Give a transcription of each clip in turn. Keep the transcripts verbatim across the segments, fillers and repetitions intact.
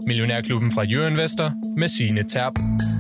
Millionærklubben fra Jørgen med Signe Terp.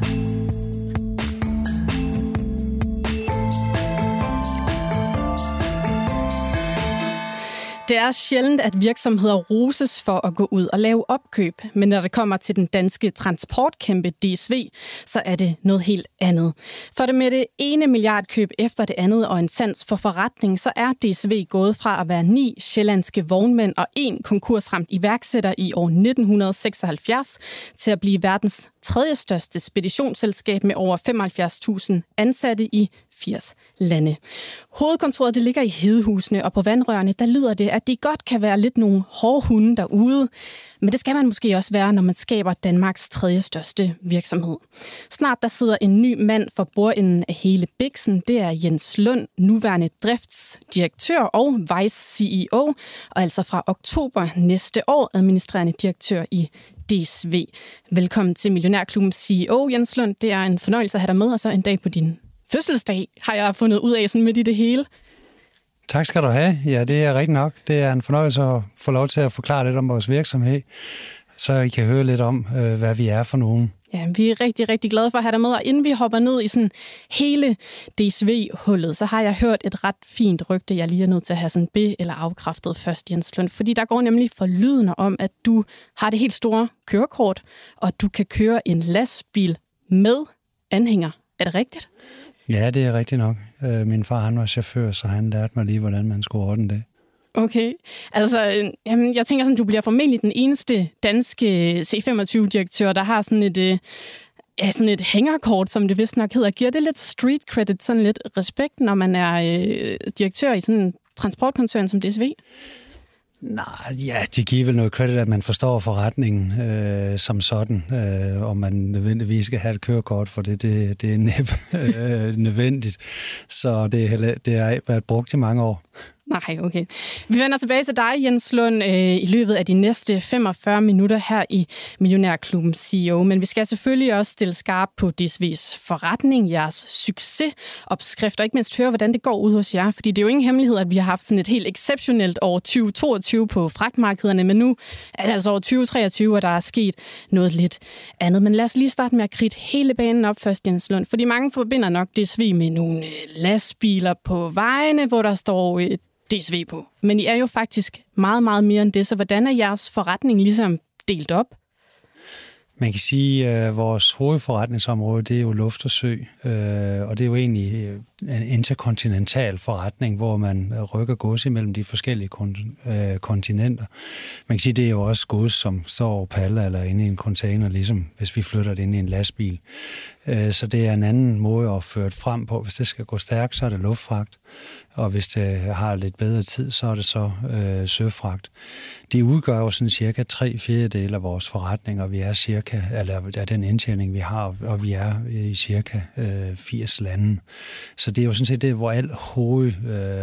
Det er sjældent, at virksomheder roses for at gå ud og lave opkøb, men når det kommer til den danske transportkæmpe D S V, så er det noget helt andet. For det med det ene milliardkøb efter det andet og en sans for forretning, så er D S V gået fra at være ni sjællandske vognmænd og en konkursramt iværksætter i år nitten seksoghalvfjerds til at blive verdens tredje største speditionsselskab med over femoghalvfjerds tusind ansatte i firs lande. Hovedkontoret det ligger i Hedehusene, og på vandrørene der lyder det, at de godt kan være lidt nogle hårde hunde derude, men det skal man måske også være, når man skaber Danmarks tredje største virksomhed. Snart der sidder en ny mand for bordenden af hele biksen. Det er Jens Lund, nuværende driftsdirektør og vice C E O, og altså fra oktober næste år administrerende direktør i D S V. Velkommen til Millionærklubben C E O, Jens Lund. Det er en fornøjelse at have dig med, og så en dag på din fødselsdag har jeg fundet ud af sådan midt i det hele. Tak skal du have. Ja, det er rigtigt nok. Det er en fornøjelse at få lov til at forklare lidt om vores virksomhed, så I kan høre lidt om, hvad vi er for nogen. Ja, vi er rigtig, rigtig glade for at have dig med, og inden vi hopper ned i sådan hele D S V-hullet, så har jeg hørt et ret fint rygte, jeg lige er nødt til at have sådan be- eller afkræftet først, Jens Lund, fordi der går nemlig forlydende om, at du har det helt store kørekort, og du kan køre en lastbil med anhænger. Er det rigtigt? Ja, det er rigtigt nok. Min far, han var chauffør, så han lærte mig lige, hvordan man skulle ordne det. Okay. Altså, jamen, jeg tænker sådan, du bliver formentlig den eneste danske C femogtyve-direktør, der har sådan et, øh, ja, sådan et hængerkort, som det vist nok hedder. Giver det lidt street credit, sådan lidt respekt, når man er øh, direktør i sådan en transportkoncern som D S V? Nej, ja, det giver vel noget credit, at man forstår forretningen øh, som sådan, øh, og man nødvendigvis skal have et kørekort, for det, det, det er næppe øh, nødvendigt. Så det, er, det har været brugt i mange år. Nej, okay. Vi vender tilbage til dig, Jens Lund, øh, i løbet af de næste femogfyrre minutter her i Millionærklubben C E O. Men vi skal selvfølgelig også stille skarp på D S V's forretning, jeres succesopskrift, og ikke mindst høre, hvordan det går ud hos jer. Fordi det er jo ingen hemmelighed, at vi har haft sådan et helt exceptionelt år tyve toogtyve på fragtmarkederne, men nu er det altså år tyve treogtyve, og der er sket noget lidt andet. Men lad os lige starte med at kridte hele banen op først, Jens Lund. Fordi mange forbinder nok D S V med nogle lastbiler på vejene, hvor der står et D S V på. Men I er jo faktisk meget, meget mere end det, så hvordan er jeres forretning ligesom delt op? Man kan sige, at vores hovedforretningsområde, det er jo luft og sø, og det er jo egentlig en interkontinental forretning, hvor man rykker gods imellem de forskellige kontinenter. Man kan sige, det er jo også gods, som står over paller eller inde i en container, ligesom hvis vi flytter det ind i en lastbil. Så det er en anden måde at føre det frem på. Hvis det skal gå stærkt, så er det luftfragt, og hvis det har lidt bedre tid, så er det så øh, søfragt. Det udgør jo sådan cirka tre fjerdedele af vores forretning, og vi er cirka, eller af den indtjening, vi har, og vi er i cirka øh, firs lande. Så det er jo sådan set det, hvor alt hoved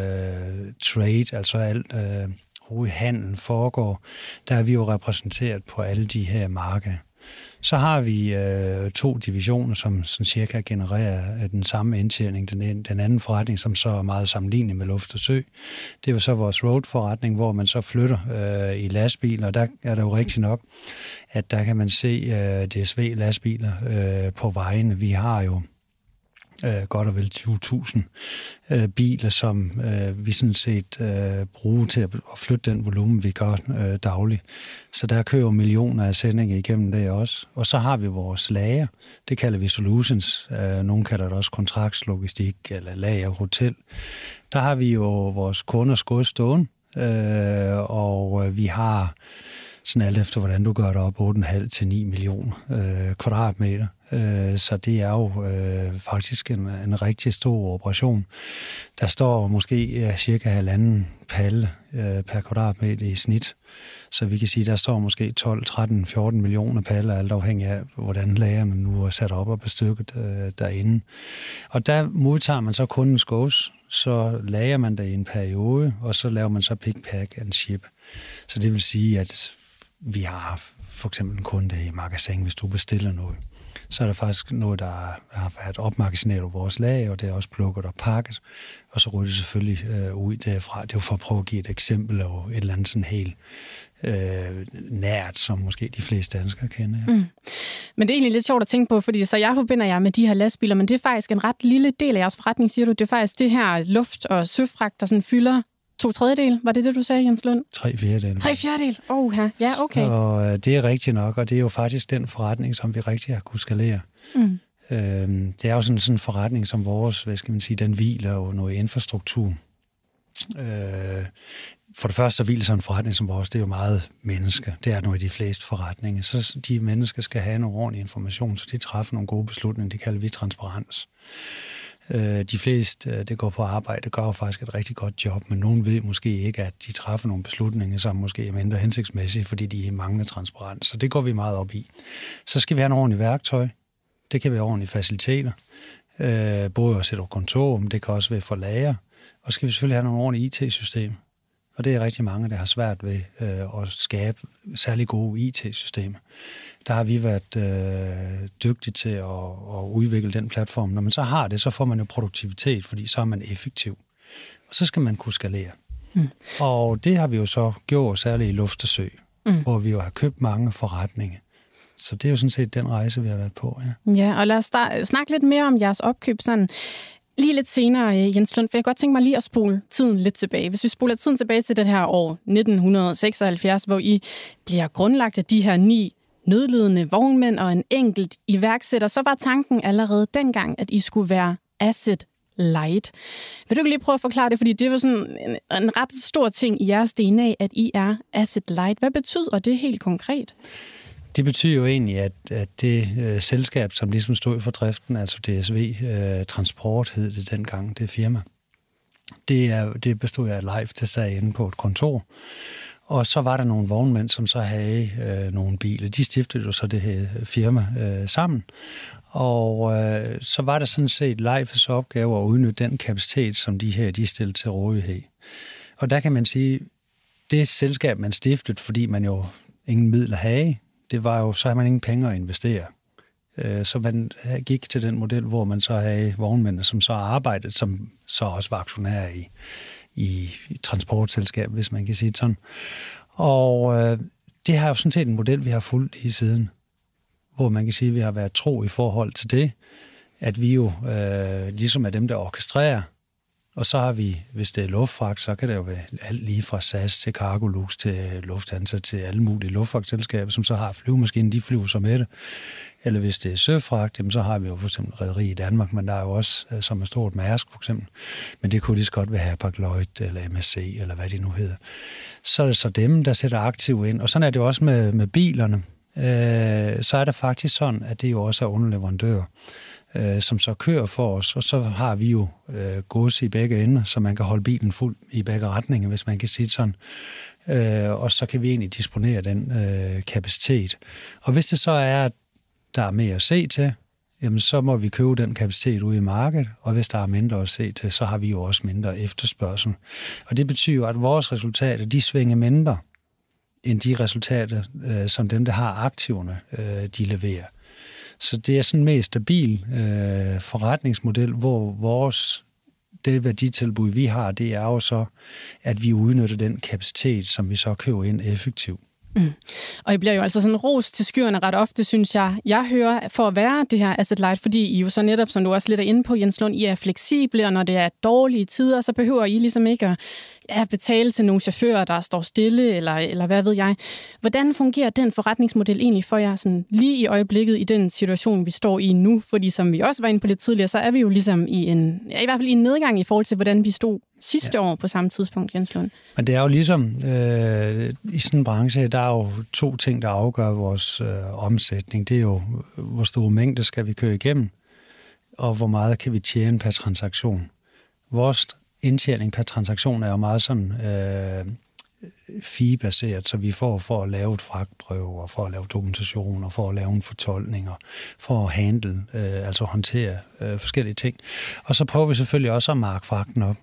øh, trade, altså alt øh, hovedhandel foregår, der er vi jo repræsenteret på alle de her markeder. Så har vi øh, to divisioner, som sådan cirka genererer øh, den samme indtjening. Den, den anden forretning, som så er meget sammenlignelig med luft og sø, det er jo så vores road-forretning, hvor man så flytter øh, i lastbiler. Og der er det jo rigtigt nok, at der kan man se øh, D S V-lastbiler øh, på vejene. Vi har jo øh, godt og vel tyve tusind øh, biler, som øh, vi sådan set øh, bruger til at, at flytte den volumen, vi gør øh, dagligt. Så der kører millioner af sendinger igennem det også. Og så har vi vores lager. Det kalder vi solutions. Øh, nogle kalder det også kontraktslogistik eller lager hotel. Der har vi jo vores kunders gods stående, øh, og vi har sådan alt efter, hvordan du gør det op, otte komma fem til ni millioner øh, kvadratmeter. Øh, så det er jo øh, faktisk en, en rigtig stor operation. Der står måske ja, cirka halvanden palle øh, per kvadratmeter i snit. Så vi kan sige, der står måske tolv, tretten, fjorten millioner paller, alt afhængig af, hvordan lagerne nu er sat op og bestykket øh, derinde. Og der modtager man så kundens gods, så lager man det i en periode, og så laver man så pick, pack and ship. Så det vil sige, at vi har for eksempel en kunde i magasin, hvis du bestiller noget. så er der faktisk noget, der har været opmagasineret på vores lag, og det er også plukket og pakket, og så ryger det selvfølgelig øh, ud derfra. Det er jo for at prøve at give et eksempel og et eller andet sådan helt øh, nært, som måske de fleste danskere kender. Ja. Mm. Men det er egentlig lidt sjovt at tænke på, fordi så jeg forbinder jer med de her lastbiler, men det er faktisk en ret lille del af jeres forretning, siger du. Det er faktisk det her luft- og søfragt, der sådan fylder to tredjedel. Var det det, du sagde, Jens Lund? Tre fjerdedel. Tre fjerdedel? Åh, ja. Ja, okay. Og øh, det er rigtigt nok, og det er jo faktisk den forretning, som vi rigtig har kunnet skalere. Mm. Øhm, det er jo sådan, sådan en forretning som vores, hvad skal man sige, den hviler jo noget infrastruktur. Øh, for det første så hviler sådan en forretning som vores, det er jo meget mennesker. Det er noget i de fleste forretninger. Så de mennesker skal have nogle ordentlig information, så de træffer nogle gode beslutninger. Det kalder vi transparens. De fleste, det går på arbejde, gør jo faktisk et rigtig godt job, men nogen ved måske ikke, at de træffer nogle beslutninger, som måske er mindre hensigtsmæssige, fordi de mangler transparens. Så det går vi meget op i. Så skal vi have nogle ordentlige værktøj. Det kan være ordentlige faciliteter. Både at sætte kontor, men det kan også være for lager. Og så skal vi selvfølgelig have nogle ordentlige I T-systemer. Og det er rigtig mange, der har svært ved øh, at skabe særlig gode I T-systemer. Der har vi været øh, dygtige til at, at udvikle den platform. Når man så har det, så får man jo produktivitet, fordi så er man effektiv. Og så skal man kunne skalere. Mm. Og det har vi jo så gjort særligt i Luft og Sø, mm. hvor vi jo har købt mange forretninger. Så det er jo sådan set den rejse, vi har været på. Ja, ja og lad os start, snakke lidt mere om jeres opkøb sådan. Lige lidt senere, Jens Lund, for jeg kan godt tænke mig lige at spole tiden lidt tilbage. Hvis vi spoler tiden tilbage til det her år nitten seksoghalvfjerds, hvor I bliver grundlagt af de her ni nødlidende vognmænd og en enkelt iværksætter, så var tanken allerede dengang, at I skulle være asset light. Vil du lige prøve at forklare det? Fordi det var sådan en, en ret stor ting i jeres D N A, at I er asset light. Hvad betyder det helt konkret? Det betyder jo egentlig, at, at det øh, selskab, som ligesom stod for driften, altså D S V øh, Transport hed det dengang, det firma, det, er, det bestod af live til sag inde på et kontor. Og så var der nogle vognmænd, som så havde øh, nogle biler. De stiftede jo så det her firma øh, sammen. Og øh, så var der sådan set Leifs opgave at udnytte den kapacitet, som de her de stillede til rådighed. Og der kan man sige, det selskab, man stiftede, fordi man jo ingen midler havde, det var jo, så havde man ingen penge at investere. Så man gik til den model, hvor man så havde vognmændene, som så arbejdede, som så også var aktionærer i, i transportselskab, hvis man kan sige sådan. Og øh, det har jo sådan set en model, vi har fulgt i siden, hvor man kan sige, at vi har været tro i forhold til det, at vi jo øh, ligesom er dem, der orkestrerer. Og så har vi, hvis det er luftfragt, så kan det jo være alt lige fra S A S til Cargolux til Lufthansa til alle mulige luftfragtselskaber, som så har flyvemaskinen, de flyver så med det. Eller hvis det er søfragt, så har vi jo for eksempel rederi i Danmark, men der er jo også, som er stort Mærsk for eksempel. Men det kunne lige så godt være Hapag-Lloyd eller M S C, eller hvad de nu hedder. Så er det så dem, der sætter aktiv ind. Og sådan er det også med, med bilerne. Øh, så er det faktisk sådan, at det jo også er underleverandører, som så kører for os, og så har vi jo øh, gods i begge ender, så man kan holde bilen fuld i begge retninger, hvis man kan sige sådan. Øh, og så kan vi egentlig disponere den øh, kapacitet. Og hvis det så er, at der er mere at se til, jamen så må vi købe den kapacitet ude i markedet, og hvis der er mindre at se til, så har vi jo også mindre efterspørgsel. Og det betyder, at vores resultater, de svinger mindre, end de resultater, øh, som dem, der har aktiverne, øh, de leverer. Så det er sådan en mere stabil øh, forretningsmodel, hvor vores, det værditilbud, vi har, det er jo så, at vi udnytter den kapacitet, som vi så køber ind effektivt. Mm. Og I bliver jo altså sådan ros til skyerne ret ofte, synes jeg. Jeg hører for at være det her asset light, fordi I jo så netop, som du også lidt er inde på, Jens Lund, I er fleksible, og når det er dårlige tider, så behøver I ligesom ikke at ja, betale til nogle chauffører, der står stille, eller, eller hvad ved jeg. Hvordan fungerer den forretningsmodel egentlig for jer sådan lige i øjeblikket i den situation, vi står i nu? Fordi som vi også var inde på lidt tidligere, så er vi jo ligesom i en, ja, i hvert fald i en nedgang i forhold til, hvordan vi stod sidste ja. år på samme tidspunkt, Jens Lund. Men det er jo ligesom, øh, i sådan en branche, der er jo to ting, der afgør vores øh, omsætning. Det er jo, hvor stor mængde skal vi køre igennem, og hvor meget kan vi tjene per transaktion. Vores indtjening per transaktion er jo meget sådan øh, fee-baseret, så vi får for at lave et fragtprøve, og for at lave dokumentation, og for at lave en fortolkning, og for at handle, øh, altså håndtere øh, forskellige ting. Og så prøver vi selvfølgelig også at marke fragten op.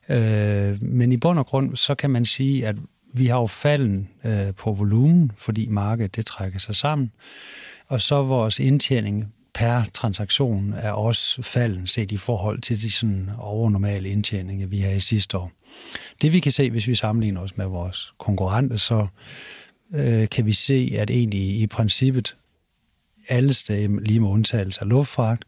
Øh, men i bund og grund, så kan man sige, at vi har jo falden øh, på volumen, fordi markedet det trækker sig sammen, og så vores indtjening per transaktion er også falden set i forhold til de sådan overnormale indtjeninger, vi har i sidste år. Det vi kan se, hvis vi sammenligner os med vores konkurrenter, så øh, kan vi se, at egentlig i princippet alle steder, lige med undtagelse af luftfragt,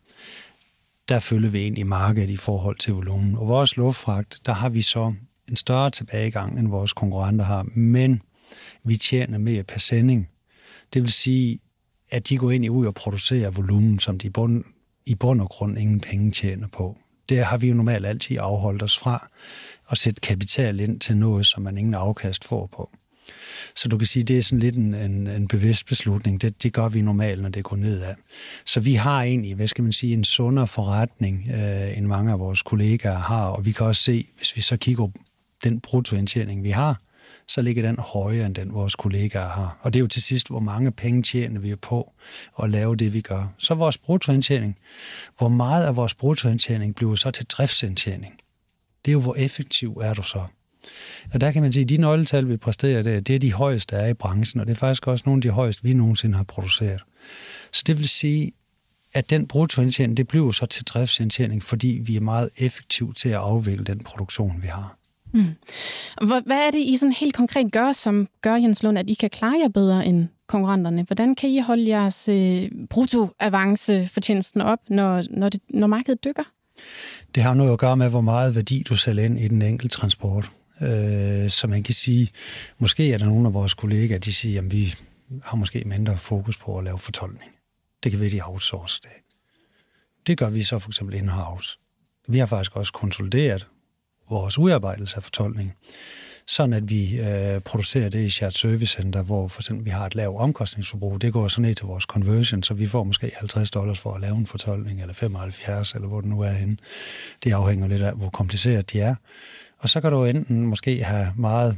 der følger vi egentlig markedet i forhold til volumen. Og vores luftfragt, der har vi så en større tilbagegang, end vores konkurrenter har, men vi tjener mere per sending. Det vil sige, at de går ind i ud og producerer volumen, som de i bund, i bund og grund ingen penge tjener på. Det har vi jo normalt altid afholdt os fra at sætte kapital ind til noget, som man ingen afkast får på. Så du kan sige, at det er sådan lidt en, en, en bevidst beslutning. Det, det gør vi normalt, når det går nedad. Så vi har egentlig, hvad skal man sige, en sundere forretning, øh, end mange af vores kollegaer har, og vi kan også se, hvis vi så kigger på den bruttoindtjening, vi har, så ligger den højere, end den vores kollegaer har. Og det er jo til sidst, hvor mange penge tjener vi på at lave det, vi gør. Så vores bruttoindtjening. Hvor meget af vores bruttoindtjening bliver så til driftsindtjening? Det er jo, hvor effektiv er du så? Og der kan man sige, at de nøgletal, vi præsterer, det, det er de højeste, der er i branchen, og det er faktisk også nogle af de højeste, vi nogensinde har produceret. Så det vil sige, at den bruttoindtjening, det bliver så til driftsindtjening, fordi vi er meget effektive til at afvikle den produktion, vi har. Mm. Hvad er det, I sådan helt konkret gør, som gør, Jens Lund, at I kan klare jer bedre end konkurrenterne? Hvordan kan I holde jeres øh, bruttoavancefortjenesten op, når, når, det, når markedet dykker? Det har noget at gøre med, hvor meget værdi du sælger ind i den enkelte transport. Øh, så man kan sige, måske er der nogle af vores kollegaer, de siger, at vi har måske mindre fokus på at lave fortolkning. Det kan være, de outsourcer det. Det gør vi så for eksempel in-house. Vi har faktisk også konsolideret vores udarbejdelse af fortolkning, sådan at vi øh, producerer det i shared service center, hvor for eksempel vi har et lavt omkostningsforbrug. Det går så ned til vores conversion, så vi får måske halvtreds dollars for at lave en fortolkning, eller femoghalvfjerds, eller hvor det nu er henne. Det afhænger lidt af, hvor kompliceret de er. Og så kan du enten måske have meget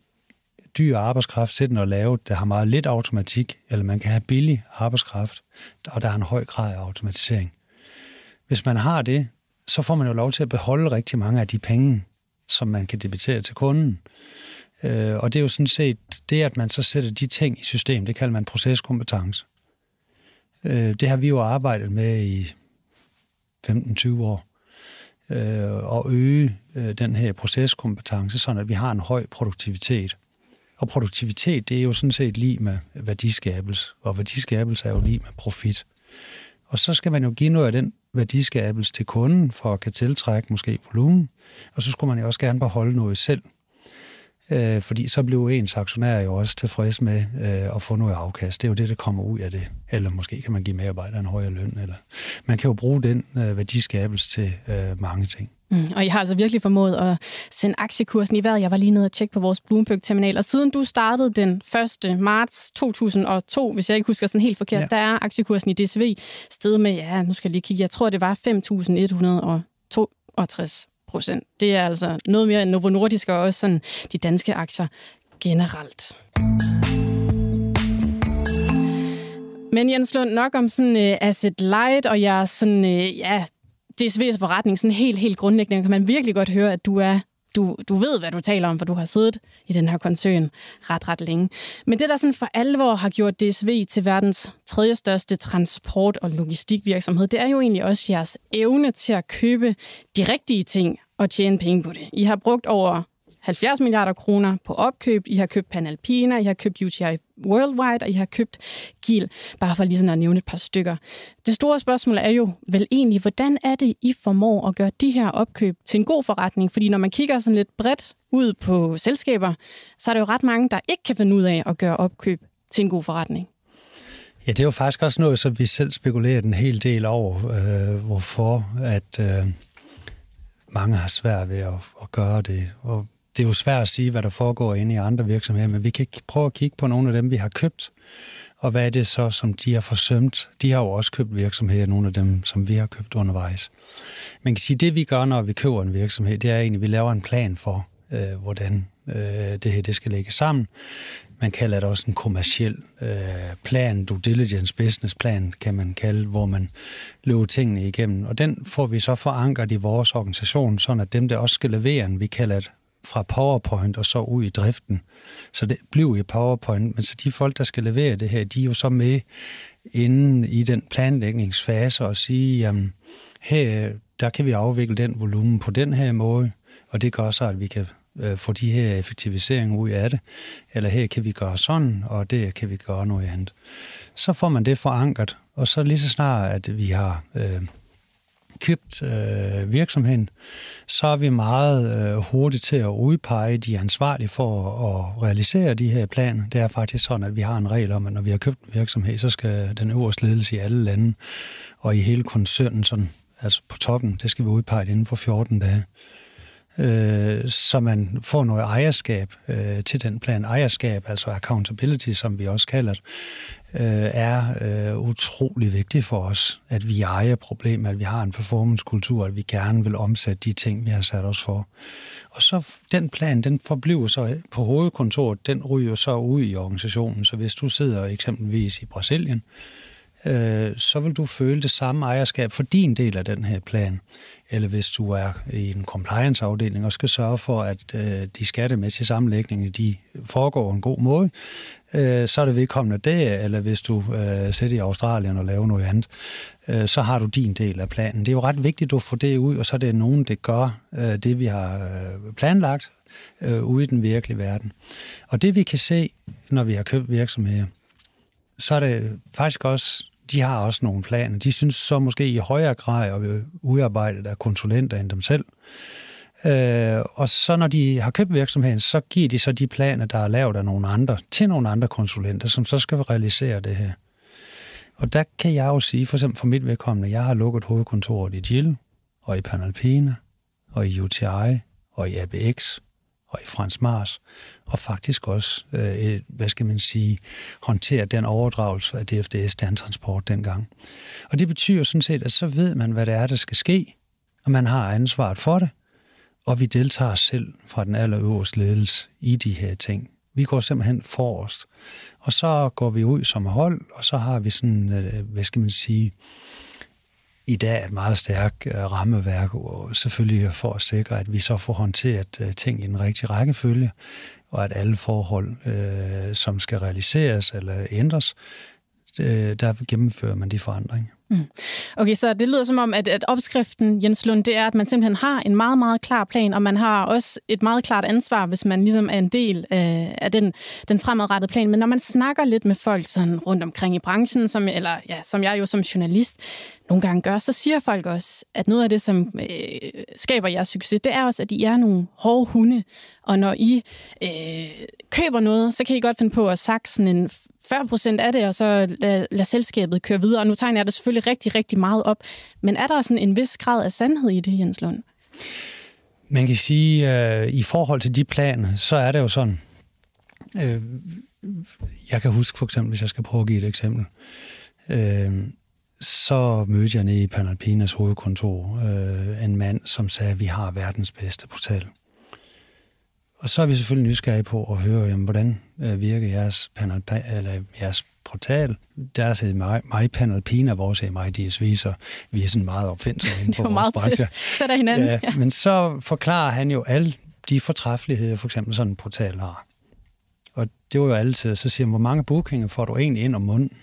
dyr arbejdskraft siddende og lave, der har meget lidt automatik, eller man kan have billig arbejdskraft, og der er en høj grad af automatisering. Hvis man har det, så får man jo lov til at beholde rigtig mange af de penge, som man kan debitere til kunden. Og det er jo sådan set det, at man så sætter de ting i system, det kalder man proceskompetence. Det har vi jo arbejdet med i femten til tyve år. Og øge den her proceskompetence, sådan at vi har en høj produktivitet. Og produktivitet, det er jo sådan set lige med værdiskabelse, og værdiskabelse er jo lige med profit. Og så skal man jo give noget af den værdiskabelse til kunden, for at kan tiltrække måske volumen, og så skulle man jo også gerne beholde noget selv. Øh, fordi så bliver ens aktionærer jo også tilfreds med øh, at få noget afkast. Det er jo det, der kommer ud af det. Eller måske kan man give medarbejdere en højere løn. Eller man kan jo bruge den øh, værdiskabelse til øh, mange ting. Mm, og I har altså virkelig formået at sende aktiekursen i vejret. Jeg var lige nede og tjekke på vores Bloomberg-terminal, og siden du startede den første marts to tusind og to, hvis jeg ikke husker sådan helt forkert, ja. Der er aktiekursen i D C V steget med, ja, nu skal jeg lige kigge, jeg tror, det var fem tusind et hundrede og toogtres procent. Det er altså noget mere end Novo Nordisk og også sådan de danske aktier generelt. Men Jens Lund, nok om sådan uh, asset light og jeres sådan, uh, ja, D C V's forretning, sådan helt, helt grundlæggende, kan man virkelig godt høre, at du er Du, du ved, hvad du taler om, for du har siddet i den her koncern ret, ret længe. Men det, der sådan for alvor har gjort D S V til verdens tredje største transport- og logistikvirksomhed, det er jo egentlig også jeres evne til at købe de rigtige ting og tjene penge på det. I har brugt over halvfjerds milliarder kroner på opkøb. I har købt Panalpina, I har købt U T I Worldwide, og I har købt GIL, bare for lige sådan at nævne et par stykker. Det store spørgsmål er jo vel egentlig, hvordan er det, I formår at gøre de her opkøb til en god forretning? Fordi når man kigger sådan lidt bredt ud på selskaber, så er der jo ret mange, der ikke kan finde ud af at gøre opkøb til en god forretning. Ja, det er jo faktisk også noget, som vi selv spekulerer en hel del over, øh, hvorfor at øh, mange har svært ved at, at gøre det. Og det er jo svært at sige, hvad der foregår inde i andre virksomheder, men vi kan prøve at kigge på nogle af dem, vi har købt. Og hvad er det så, som de har forsømt? De har jo også købt virksomheder, nogle af dem, som vi har købt undervejs. Man kan sige, at det vi gør, når vi køber en virksomhed, det er egentlig, at vi laver en plan for, øh, hvordan øh, det her det skal lægge sammen. Man kalder det også en kommerciel øh, plan, due diligence business plan, kan man kalde, hvor man løber tingene igennem. Og den får vi så forankret i vores organisation, sådan at dem, der også skal levere den, vi kalder det fra PowerPoint og så ud i driften. Så det blev i PowerPoint, men så de folk, der skal levere det her, de er jo så med inde i den planlægningsfase og sige, jamen, her, der kan vi afvikle den volumen på den her måde, og det gør så, at vi kan øh, få de her effektiviseringer ud af det, eller her kan vi gøre sådan, og det kan vi gøre noget andet. Så får man det forankret, og så lige så snart, at vi har øh, købt øh, virksomheden, så er vi meget øh, hurtigt til at udpege de ansvarlige for at realisere de her planer. Det er faktisk sådan, at vi har en regel om, at når vi har købt en virksomhed, så skal den øverste ledelse i alle lande og i hele koncernen, sådan, altså på toppen, det skal vi udpege inden for fjorten dage. Øh, så man får noget ejerskab øh, til den plan. Ejerskab, altså accountability, som vi også kalder det, øh, er øh, utrolig vigtigt for os, at vi ejer problemet, at vi har en performancekultur, at vi gerne vil omsætte de ting, vi har sat os for. Og så den plan, den forbliver så på hovedkontoret, den ryger så ud i organisationen. Så hvis du sidder eksempelvis i Brasilien, øh, så vil du føle det samme ejerskab for din del af den her plan. Eller hvis du er i en compliance-afdeling og skal sørge for, at øh, de skattemæssige sammenlægninger, de foregår en god måde, øh, så er det vedkommende det, eller hvis du øh, sidder i Australien og laver noget andet, øh, så har du din del af planen. Det er jo ret vigtigt, at du får det ud, og så er det nogen, der gør øh, det, vi har øh, planlagt øh, ude i den virkelige verden. Og det vi kan se, når vi har købt virksomheder, så er det faktisk også... De har også nogle planer. De synes så måske i højere grad at være udarbejdet af konsulenter end dem selv. Øh, og så når de har købt virksomheden, så giver de så de planer, der er lavet af nogle andre, til nogle andre konsulenter, som så skal realisere det her. Og der kan jeg jo sige, for eksempel for mit vedkommende, jeg har lukket hovedkontoret i G I L, og i Panalpina, og i U T I, og i A B X, og i Frans Mars, og faktisk også, øh, hvad skal man sige, håndtere den overdragelse af D F D S Dantransport dengang. Og det betyder sådan set, at så ved man, hvad det er, der skal ske, og man har ansvaret for det, og vi deltager selv fra den allerøverste ledelse i de her ting. Vi går simpelthen forrest, og så går vi ud som hold, og så har vi sådan, øh, hvad skal man sige, i dag et meget stærkt rammeværk, og selvfølgelig for at sikre, at vi så får håndteret ting i den rigtige rækkefølge, og at alle forhold, øh, som skal realiseres eller ændres, øh, der gennemfører man de forandringer. Mm. Okay, så det lyder som om, at, at opskriften, Jens Lund, det er, at man simpelthen har en meget, meget klar plan, og man har også et meget klart ansvar, hvis man ligesom er en del af, af den, den fremadrettede plan. Men når man snakker lidt med folk sådan rundt omkring i branchen, som, eller, ja, som jeg jo som journalist nogle gange gør, så siger folk også, at noget af det, som øh, skaber jeres succes, det er også, at I er nogle hårde hunde, og når I øh, køber noget, så kan I godt finde på at sagt sådan en fyrre procent af det, og så lad, lad selskabet køre videre. Og nu tegner jeg det selvfølgelig rigtig, rigtig meget op. Men er der sådan en vis grad af sandhed i det, Jens Lund? Man kan sige, at øh, i forhold til de planer, så er det jo sådan. Øh, jeg kan huske for eksempel, hvis jeg skal prøve at give et eksempel. Øh, så mødte jeg nede i Panalpinas hovedkontor øh, en mand, som sagde, at vi har verdens bedste portal. Og så er vi selvfølgelig nysgerrige på at høre, jamen, hvordan virker jeres, panel, eller jeres portal. Der er mig, mig Panalpina, vores er mig D S V, så vi er sådan meget opfindsomme inden for vores branche. Så der hinanden. Ja, ja. Men så forklarer han jo alle de fortræffeligheder, for eksempel sådan en portal har. Og det var jo altid, så siger han, hvor mange bookinger får du egentlig ind om måneden?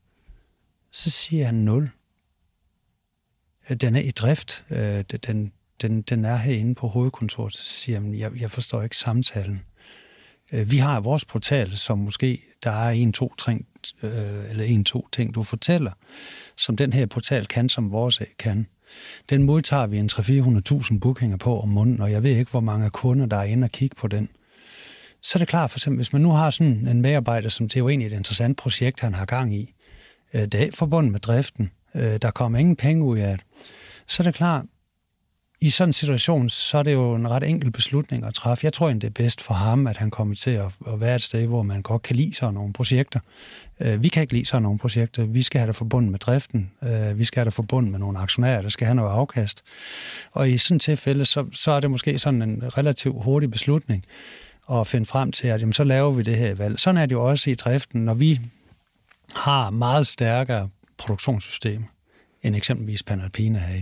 Så siger han nul. Den er i drift. Den Den, den er herinde på hovedkontoret, så siger jeg, jeg, jeg forstår ikke samtalen. Vi har vores portal, som måske der er en, to, ting, eller en, to ting, du fortæller, som den her portal kan, som vores kan. Den modtager vi en tre hundrede til fire hundrede tusind bookinger på om måneden, og jeg ved ikke, hvor mange kunder, der er inde og kigge på den. Så er det klart, for eksempel, hvis man nu har sådan en medarbejder, som det er jo egentlig et interessant projekt, han har gang i, det er forbundet med driften, der kommer ingen penge ud af det, så er det klart, i sådan en situation, så er det jo en ret enkel beslutning at træffe. Jeg tror egentlig, det er bedst for ham, at han kommer til at, at være et sted, hvor man godt kan lide sådan nogle projekter. Vi kan ikke lide sådan nogle projekter. Vi skal have det forbundet med driften. Vi skal have det forbundet med nogle aktionærer, der skal have noget afkast. Og i sådan et tilfælde, så, så er det måske sådan en relativt hurtig beslutning at finde frem til, at jamen, så laver vi det her valg. Sådan er det jo også i driften, når vi har meget stærkere produktionssystemer, end eksempelvis Panalpina har.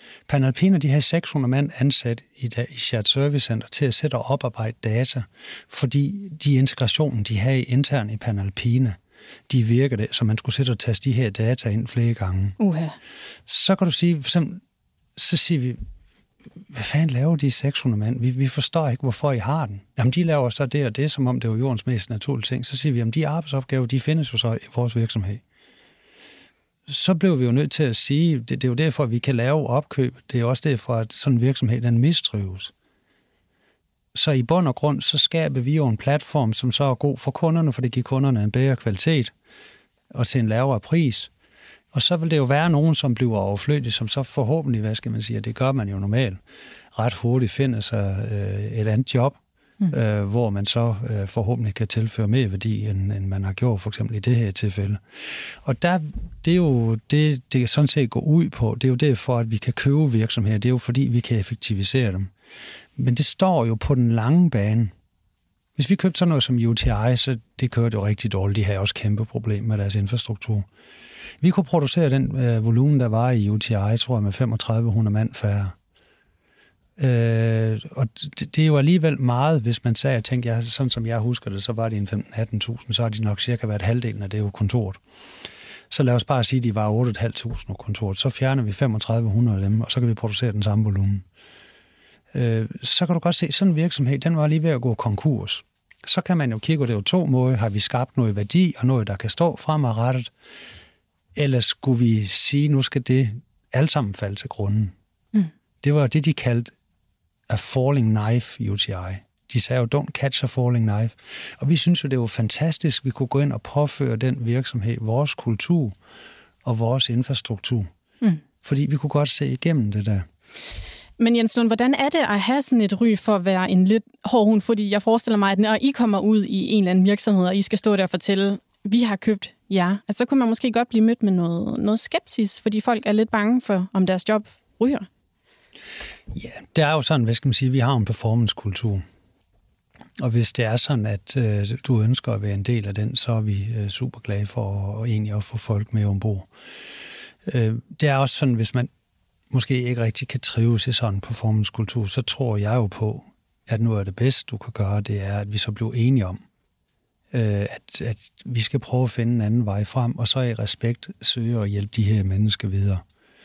Panalpina, de havde seks hundrede mand ansat i, i Shared Service Center til at sætte og oparbejde data, fordi de integrationen, de havde internt i Panalpina, de virker det, så man skulle sætte og taste de her data ind flere gange. Uh-huh. Så kan du sige, for eksempel, så siger vi, hvad fanden laver de seks hundrede mand? Vi, vi forstår ikke, hvorfor I har den. Jamen, de laver så det og det, som om det var jordens mest naturlige ting. Så siger vi, at de arbejdsopgaver, de findes jo så i vores virksomhed. Så blev vi jo nødt til at sige, det, det er jo derfor, at vi kan lave opkøb. Det er også derfor, at sådan en virksomhed, den mistrives. Så i bund og grund, så skaber vi jo en platform, som så er god for kunderne, for det giver kunderne en bedre kvalitet og til en lavere pris. Og så vil det jo være nogen, som bliver overflødige, som så forhåbentlig, hvad skal man sige, det gør man jo normalt, ret hurtigt finder sig øh, et andet job, mm. øh, hvor man så øh, forhåbentlig kan tilføre mere værdi, end, end man har gjort for eksempel i det her tilfælde. Og der, det er jo det, det sådan set går ud på, det er jo det for, at vi kan købe virksomheder, det er jo fordi, vi kan effektivisere dem. Men det står jo på den lange bane. Hvis vi købte sådan noget som U T I, så det kørte jo rigtig dårligt. De har også kæmpe problemer med deres infrastruktur. Vi kunne producere den øh, volumen, der var i U T I, tror jeg, med femogtredive hundrede mand færre. Øh, og det, det er jo alligevel meget, hvis man sagde, at tænkte, ja, sådan som jeg husker det, så var det en femten til atten tusind, så har de nok cirka været halvdelen af det jo kontoret. Så lad os bare sige, at de var otte tusind fem hundrede kontoret. Så fjerner vi femogtredive hundrede af dem, og så kan vi producere den samme volumen. Øh, så kan du godt se, sådan en virksomhed, den var lige ved at gå konkurs. Så kan man jo kigge på det jo to måder. Har vi skabt noget værdi, og noget, der kan stå fremadrettet? Eller skulle vi sige, nu skal det alt sammen falde til grunden? Mm. Det var det, de kaldte a falling knife U T I. De sagde jo, don't catch a falling knife. Og vi synes jo, det var fantastisk, vi kunne gå ind og påføre den virksomhed vores kultur og vores infrastruktur. Mm. Fordi vi kunne godt se igennem det der. Men Jens Lund, hvordan er det at have sådan et ry for at være en lidt hård hund? Fordi jeg forestiller mig, at når I kommer ud i en eller anden virksomhed, og I skal stå der og fortælle, vi har købt jer, at så kunne man måske godt blive mødt med noget, noget skepsis, fordi folk er lidt bange for, om deres job ryger. Ja, det er jo sådan, hvad skal man sige, vi har en performancekultur. Og hvis det er sådan, at øh, du ønsker at være en del af den, så er vi øh, super glade for at, egentlig at få folk med ombord. Øh, det er også sådan, hvis man måske ikke rigtig kan trives i sådan en performancekultur, så tror jeg jo på, at noget af det bedste, du kan gøre, det er, at vi så bliver enige om, At, at vi skal prøve at finde en anden vej frem, og så i respekt søge at hjælpe de her mennesker videre.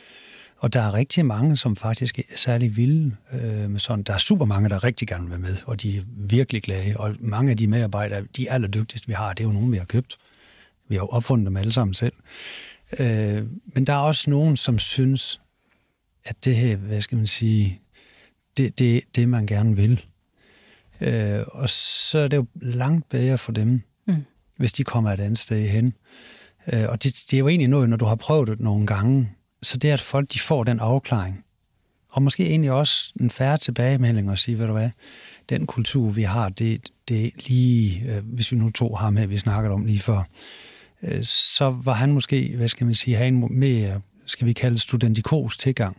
Og der er rigtig mange, som faktisk er særlig vilde øh, med sådan. Der er super mange, der rigtig gerne vil være med, og de er virkelig glade. Og mange af de medarbejdere, de allerdygtigste, vi har, det er jo nogen, vi har købt. Vi har jo opfundet dem alle sammen selv. Øh, men der er også nogen, som synes, at det her, hvad skal man sige, det, det, det man gerne vil. Øh, og så er det jo langt bedre for dem, mm. hvis de kommer et andet sted hen. Øh, og det, det er jo egentlig noget, når du har prøvet det nogle gange, så det er, at folk de får den afklaring. Og måske egentlig også en færre tilbagemelding og sige, ved du hvad, den kultur, vi har, det, det er lige, øh, hvis vi nu tog ham her, vi snakkede om lige før, øh, så var han måske, hvad skal man sige, have en mere, skal vi kalde studentikos tilgang.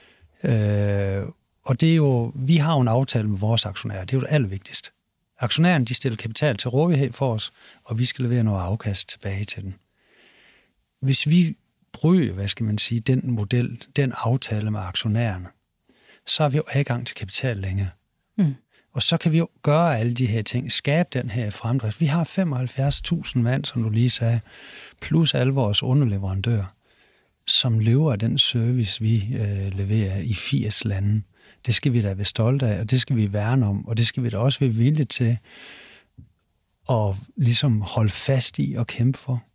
Øh, Og det er jo, vi har jo en aftale med vores aktionærer. Det er jo det allervigtigste. Aktionærerne, de stiller kapital til rådighed for os, og vi skal levere noget afkast tilbage til den. Hvis vi bryder, hvad skal man sige, den model, den aftale med aktionærerne, så har vi jo adgang til kapital længere. Mm. Og så kan vi jo gøre alle de her ting, skabe den her fremdrift. Vi har femoghalvfjerds tusind mand, som du lige sagde, plus alle vores underleverandører, som lever af den service, vi øh, leverer i firs lande. Det skal vi da være stolte af, og det skal vi værne om, og det skal vi da også være villige til at ligesom holde fast i og kæmpe for.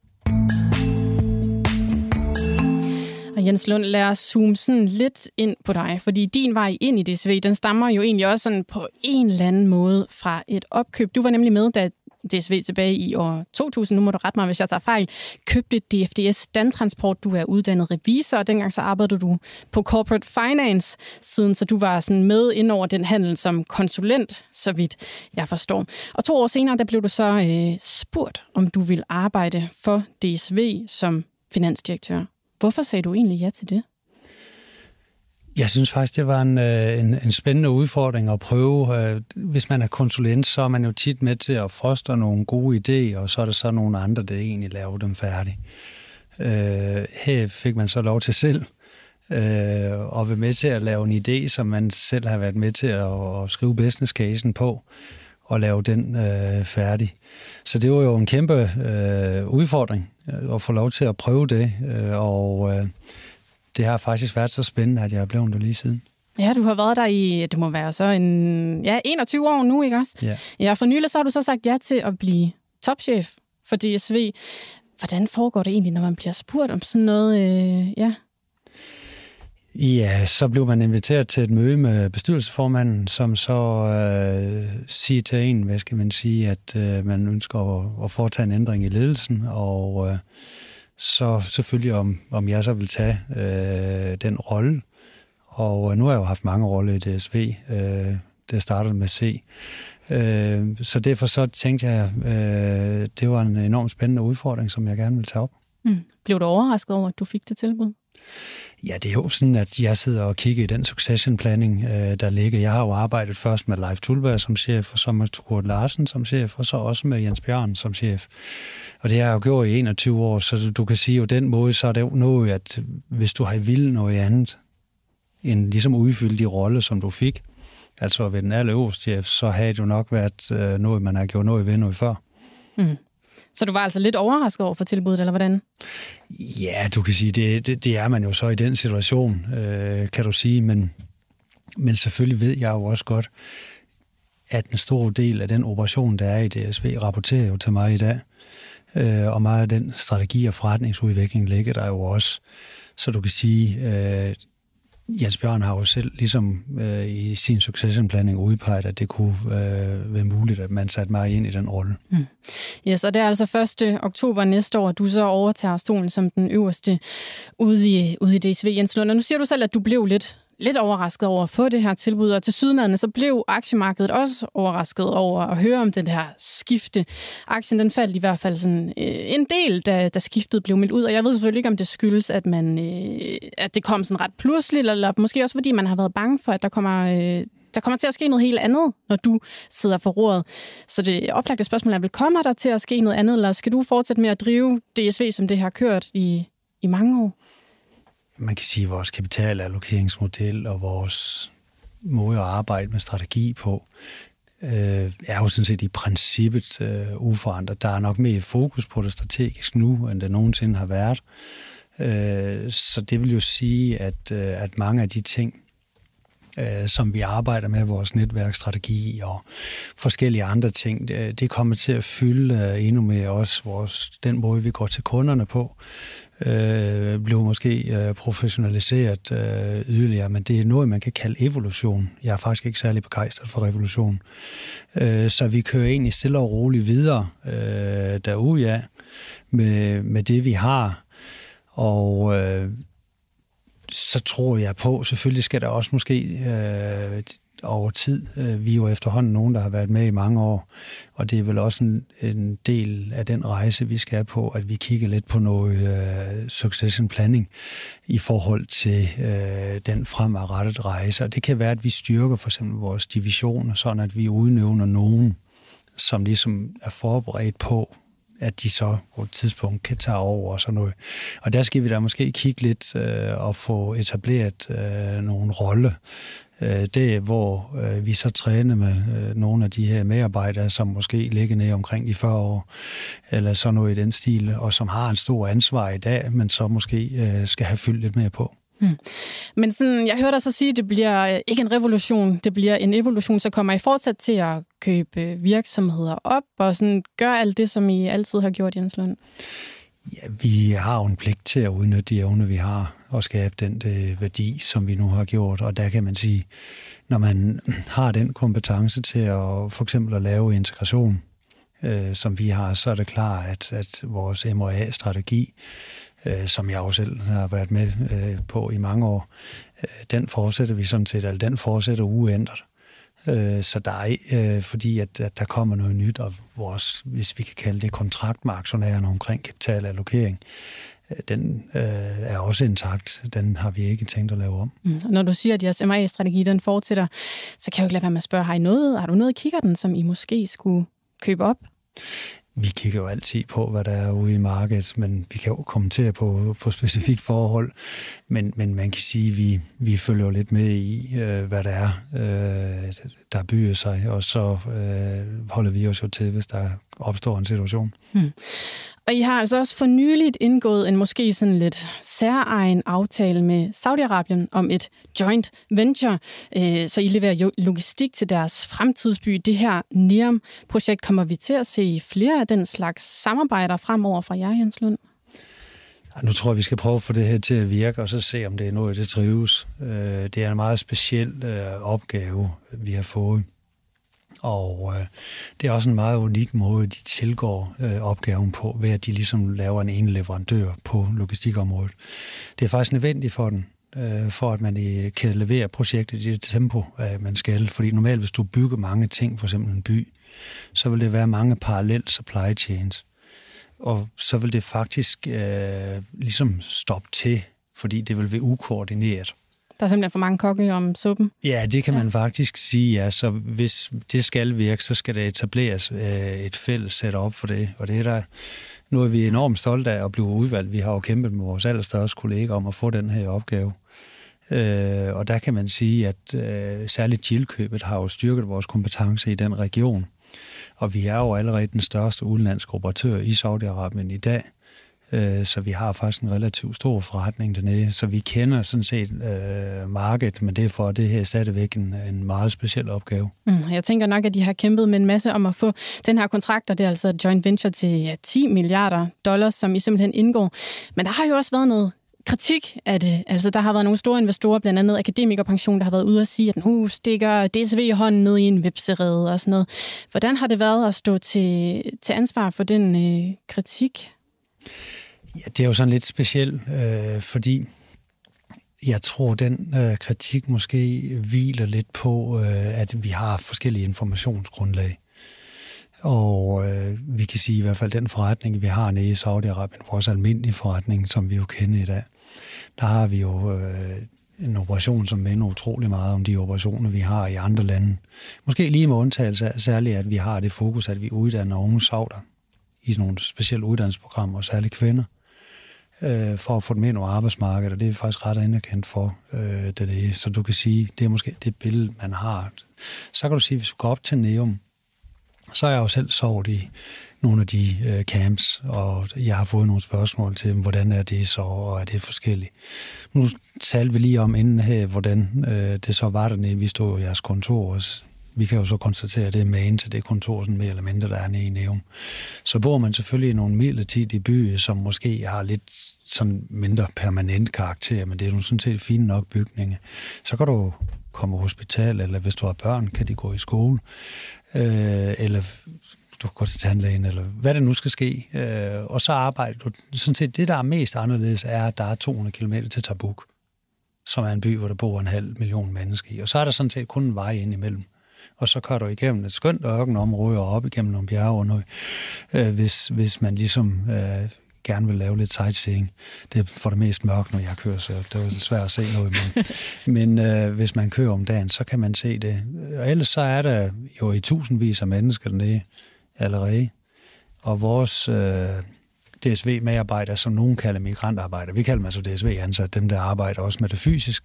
Og Jens Lund, lad os zoome sådan lidt ind på dig, fordi din vej ind i D S V, den stammer jo egentlig også sådan på en eller anden måde fra et opkøb. Du var nemlig med, da D S V tilbage i år to tusind, nu må du rette mig, hvis jeg tager fejl, købte D F D S Standtransport. Du er uddannet revisor, og dengang så arbejdede du på Corporate Finance siden, så du var sådan med ind over den handel som konsulent, så vidt jeg forstår. Og to år senere, der blev du så øh, spurgt, om du ville arbejde for D S V som finansdirektør. Hvorfor sagde du egentlig ja til det? Jeg synes faktisk, det var en, en, en spændende udfordring at prøve. Hvis man er konsulent, så er man jo tit med til at fostre nogle gode idéer, og så er der så nogle andre, der egentlig laver dem færdige. Her fik man så lov til selv øh, og være med til at lave en idé, som man selv har været med til at, at skrive business casen på, og lave den øh, færdig. Så det var jo en kæmpe øh, udfordring øh, at få lov til at prøve det, øh, og øh, det har faktisk været så spændende, at jeg er blevet det lige siden. Ja, du har været der i, det må være så en, ja, enogtyve år nu, ikke også? Ja. Ja, for nylig så har du så sagt ja til at blive topchef for D S V. Hvordan foregår det egentlig, når man bliver spurgt om sådan noget? Øh, ja. Ja, så blev man inviteret til et møde med bestyrelsesformanden, som så øh, siger til en, hvad skal man sige, at øh, man ønsker at, at foretage en ændring i ledelsen, og øh, så selvfølgelig om, om jeg så vil tage øh, den rolle. Og nu har jeg jo haft mange roller i D S V. Øh, det startede med C. Øh, så derfor så tænkte jeg, øh, det var en enormt spændende udfordring, som jeg gerne ville tage op. Mm. Blev du overrasket over, at du fik det tilbud? Ja, det er jo sådan, at jeg sidder og kigger i den succession planning, øh, der ligger. Jeg har jo arbejdet først med Leif Thulberg som chef, og så med Kurt Larsen som chef, og så også med Jens Bjørn som chef. Og det har jeg jo gjort i enogtyve år, så du kan sige jo den måde, så er det jo noget, at hvis du har vildt noget andet, end ligesom udfylde de rolle, som du fik, altså ved den allerøverste chef, så havde det jo nok været øh, noget, man har gjort noget ved noget før. Mm. Så du var altså lidt overrasket over for tilbuddet, eller hvordan? Ja, du kan sige, det, det, det er man jo så i den situation, øh, kan du sige, men, men selvfølgelig ved jeg jo også godt, at en stor del af den operation, der er i D S V, rapporterer jo til mig i dag, øh, og meget af den strategi og forretningsudvikling ligger der jo også. Så du kan sige, øh, Jens Bjørn har jo selv ligesom øh, i sin succession planning udpeget, at det kunne øh, være muligt, at man satte mig ind i den rolle. Mm. Ja, så det er altså første oktober næste år, du så overtager stolen som den øverste ude i, ude i D S V, Jens Lund. Og nu siger du selv, at du blev lidt, lidt overrasket over at få det her tilbud, og til sydenladende så blev aktiemarkedet også overrasket over at høre om den her skifte. Aktien den faldt i hvert fald sådan, øh, en del, da, da skiftet blev meldt ud, og jeg ved selvfølgelig ikke, om det skyldes, at, man, øh, at det kom sådan ret pludseligt, eller måske også fordi man har været bange for, at der kommer... Øh, Der kommer til at ske noget helt andet, når du sidder for roret. Så det oplagte spørgsmål er, vel, kommer der til at ske noget andet, eller skal du fortsætte med at drive D S V, som det har kørt i, i mange år? Man kan sige, at vores kapitalallokeringsmodel og vores måde at arbejde med strategi på, øh, er jo sådan set i princippet øh, uforandret. Der er nok mere fokus på det strategisk nu, end det nogensinde har været. Øh, så det vil jo sige, at, øh, at mange af de ting, som vi arbejder med, vores netværksstrategi og forskellige andre ting, det kommer til at fylde endnu mere også vores, den måde, vi går til kunderne på. Øh, bliver måske professionaliseret øh, yderligere, men det er noget, man kan kalde evolution. Jeg er faktisk ikke særlig begejstret for revolution. Øh, så vi kører egentlig stille og roligt videre øh, derude, ja, med, med det, vi har. Og øh, så tror jeg på, selvfølgelig skal der også måske øh, over tid, øh, vi er jo efterhånden nogen, der har været med i mange år, og det er vel også en, en del af den rejse, vi skal på, at vi kigger lidt på noget øh, succession planning i forhold til øh, den fremadrettede rejse. Og det kan være, at vi styrker for eksempel vores divisioner, sådan at vi udnævner nogen, som ligesom er forberedt på, at de så på et tidspunkt kan tage over og sådan noget. Og der skal vi da måske kigge lidt øh, og få etableret øh, nogle rolle. Øh, det er, hvor øh, vi så træner med øh, nogle af de her medarbejdere, som måske ligger ned omkring de fyrre år, eller sådan noget i den stil, og som har en stor ansvar i dag, men så måske øh, skal have fyldt lidt mere på. Hmm. Men sådan, jeg hørte dig så sige, at det bliver ikke en revolution, det bliver en evolution, så kommer I fortsat til at købe virksomheder op og sådan gøre alt det, som I altid har gjort, Jens Lund? Ja, vi har jo en pligt til at udnytte de evner, vi har, og skabe den det værdi, som vi nu har gjort. Og der kan man sige, når man har den kompetence til at for eksempel at lave integration, øh, som vi har, så er det klart, at, at vores M og A-strategi, øh, som jeg også selv har været med øh, på i mange år, øh, den fortsætter vi sådan set, eller den fortsætter uændret. Øh, så der er, øh, fordi at, at der kommer noget nyt, og vores, hvis vi kan kalde det kontrakt med aktionærerne omkring kapitalallokering, øh, den øh, er også intakt. Den har vi ikke tænkt at lave om. Mm. Når du siger, at jeres M og A-strategi den fortsætter, så kan jeg jo ikke lade være med at spørge, har I noget, har du noget i kikkerten, som I måske skulle købe op? vi kigger jo altid på, hvad der er ude i markedet, men vi kan jo kommentere på, på specifikke forhold. Men, men man kan sige, at vi, vi følger jo lidt med i, øh, hvad der er, øh, der byder sig, og så øh, holder vi os jo til, hvis der opstår en situation. Hmm. Og I har altså også for nyligt indgået en måske sådan lidt særegen aftale med Saudi-Arabien om et joint venture, øh, så I leverer logistik til deres fremtidsby. Det her NEOM-projekt kommer vi til at se flere af den slags samarbejder fremover fra jer, Jens Lund? Nu tror jeg, vi skal prøve at få det her til at virke, og så se, om det er noget, det trives. Det er en meget speciel opgave, vi har fået. Og øh, det er også en meget unik måde, de tilgår øh, opgaven på, ved at de ligesom laver en ene leverandør på logistikområdet. Det er faktisk nødvendigt for den, øh, for at man øh, kan levere projektet i det tempo, øh, man skal. Fordi normalt, hvis du bygger mange ting, for eksempel en by, så vil det være mange parallelt supply chains. Og så vil det faktisk øh, ligesom stoppe til, fordi det vil være ukoordineret. Der er simpelthen for mange kokke om suppen. Ja, det kan man ja. faktisk sige. Ja. Så hvis det skal virke, så skal der etableres øh, et fælles setup for det. Og det er der, nu er vi enormt stolte af at blive udvalgt. Vi har jo kæmpet med vores allerstørste kolleger om at få den her opgave. Øh, og der kan man sige, at øh, særligt Gilkøbet har jo styrket vores kompetence i den region. Og vi er jo allerede den største udenlandske operatør i Saudi-Arabien i dag. Så vi har faktisk en relativt stor forretning dernede, så vi kender sådan set øh, markedet, men det er for det her stadigvæk en, en meget speciel opgave. Mm, jeg tænker nok, at de har kæmpet med en masse om at få den her kontrakt, og det er altså et joint venture til ja, ti milliarder dollars, som I simpelthen indgår. Men der har jo også været noget kritik af det. Altså, der har været nogle store investorer, blandt andet Akademikerpension, der har været ude og sige, at nu stikker D S V i hånden ned i en vipserede og sådan noget. Hvordan har det været at stå til, til ansvar for den øh, kritik? Ja, det er jo sådan lidt specielt, øh, fordi jeg tror, den øh, kritik måske hviler lidt på, øh, at vi har forskellige informationsgrundlag. Og øh, vi kan sige i hvert fald, den forretning, vi har nede i Saudi-Arabien, vores almindelige forretning, som vi jo kender i dag, der har vi jo øh, en operation, som minder utrolig meget om de operationer, vi har i andre lande. Måske lige med undtagelse af særligt, at vi har det fokus, at vi uddanner unge sauder i nogle specielle uddannelsesprogrammer, og særligt kvinder, øh, for at få dem ind over arbejdsmarkedet, og det er faktisk ret anerkendt for øh, det, det. Så du kan sige, det er måske det billede, man har. Så kan du sige, hvis du går op til NEOM, så er jeg jo selv sovet i nogle af de øh, camps, og jeg har fået nogle spørgsmål til, hvordan er det så, og er det forskelligt. Nu talte vi lige om inden her, hvordan øh, det så var dernede. Vi stod i jeres kontor, og vi kan jo så konstatere, at det er magen til det kontor, sådan mere eller mindre, der er nede i NEOM. Så bor man selvfølgelig i nogle midlertidige byer, som måske har lidt sådan mindre permanent karakter, men det er jo sådan set fine nok bygninger. Så kan du komme på hospital, eller hvis du har børn, kan de gå i skole, øh, eller du kan gå til tandlægen, eller hvad det nu skal ske. Øh, og så arbejder du. Sådan set, det, der er mest anderledes, er, at der er to hundrede kilometer til Tabuk, som er en by, hvor der bor en halv million mennesker i. Og så er der sådan set kun en vej ind imellem. Og så kører du igennem et skønt ørkenområde og op igennem nogle bjerge, øh, hvis, hvis man ligesom øh, gerne vil lave lidt sightseeing. Det er for det mest mørkt, når jeg kører, så det er svært at se noget. Men, men øh, hvis man kører om dagen, så kan man se det. Og ellers så er der jo i tusindvis af mennesker dernede allerede. Og vores øh, D S V-medarbejdere, som nogen kalder migrantarbejdere, vi kalder dem altså D S V-ansat, dem der arbejder også med det fysisk,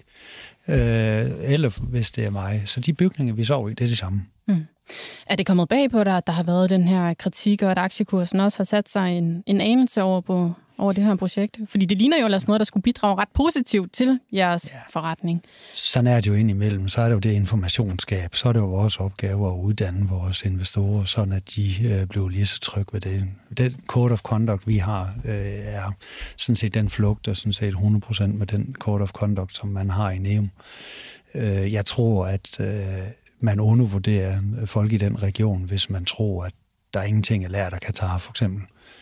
øh, eller hvis det er mig. Så de bygninger, vi sover i, det er det samme. Mm. Er det kommet bag på dig, at der har været den her kritik, og at aktiekursen også har sat sig en, en anelse over, på, over det her projekt? Fordi det ligner jo ellers noget, der skulle bidrage ret positivt til jeres ja. forretning. Sådan er det jo indimellem. Så er det jo det informationsskab. Så er det jo vores opgave at uddanne vores investorer, sådan at de øh, bliver lige så trygge ved det. Den code of conduct, vi har, øh, er sådan set den flugt, og sådan set hundrede procent med den code of conduct, som man har i NEOM. Øh, jeg tror, at øh, man undervurderer folk i den region, hvis man tror, at der er ingenting at lære, der kan tage, for eksempel.